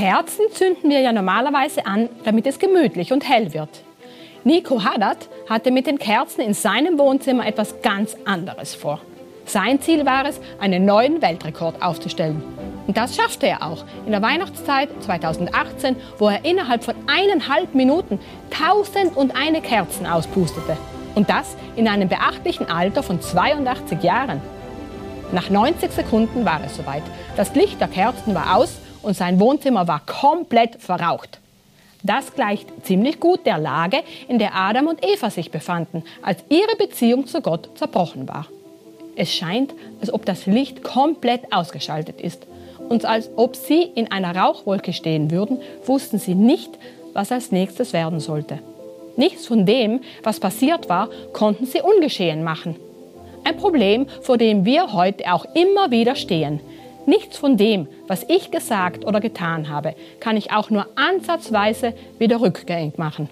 Kerzen zünden wir ja normalerweise an, damit es gemütlich und hell wird. Nico Haddad hatte mit den Kerzen in seinem Wohnzimmer etwas ganz anderes vor. Sein Ziel war es, einen neuen Weltrekord aufzustellen. Und das schaffte er auch in der Weihnachtszeit 2018, wo er innerhalb von 1,5 Minuten 1001 Kerzen auspustete. Und das in einem beachtlichen Alter von 82 Jahren. Nach 90 Sekunden war es soweit. Das Licht der Kerzen war aus und sein Wohnzimmer war komplett verraucht. Das gleicht ziemlich gut der Lage, in der Adam und Eva sich befanden, als ihre Beziehung zu Gott zerbrochen war. Es scheint, als ob das Licht komplett ausgeschaltet ist. Und als ob sie in einer Rauchwolke stehen würden, wussten sie nicht, was als nächstes werden sollte. Nichts von dem, was passiert war, konnten sie ungeschehen machen. Ein Problem, vor dem wir heute auch immer wieder stehen. Nichts von dem, was ich gesagt oder getan habe, kann ich auch nur ansatzweise wieder rückgängig machen.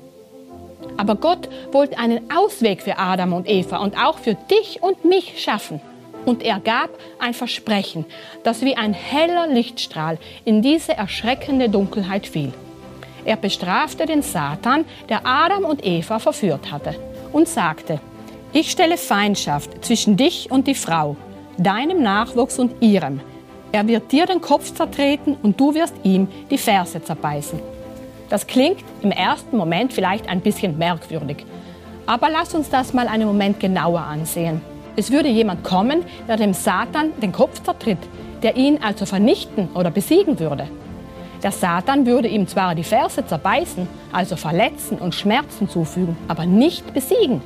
Aber Gott wollte einen Ausweg für Adam und Eva und auch für dich und mich schaffen. Und er gab ein Versprechen, das wie ein heller Lichtstrahl in diese erschreckende Dunkelheit fiel. Er bestrafte den Satan, der Adam und Eva verführt hatte, und sagte: Ich stelle Feindschaft zwischen dich und die Frau, deinem Nachwuchs und ihrem. Er wird dir den Kopf zertreten und du wirst ihm die Ferse zerbeißen. Das klingt im ersten Moment vielleicht ein bisschen merkwürdig. Aber lass uns das mal einen Moment genauer ansehen. Es würde jemand kommen, der dem Satan den Kopf zertritt, der ihn also vernichten oder besiegen würde. Der Satan würde ihm zwar die Ferse zerbeißen, also verletzen und Schmerzen zufügen, aber nicht besiegen.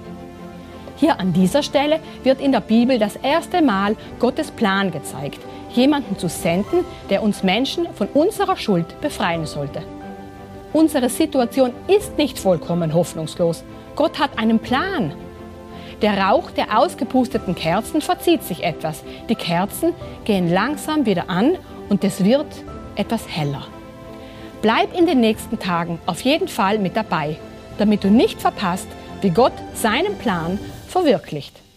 Hier an dieser Stelle wird in der Bibel das erste Mal Gottes Plan gezeigt, jemanden zu senden, der uns Menschen von unserer Schuld befreien sollte. Unsere Situation ist nicht vollkommen hoffnungslos. Gott hat einen Plan. Der Rauch der ausgepusteten Kerzen verzieht sich etwas. Die Kerzen gehen langsam wieder an und es wird etwas heller. Bleib in den nächsten Tagen auf jeden Fall mit dabei, damit du nicht verpasst, wie Gott seinen Plan verwirklicht.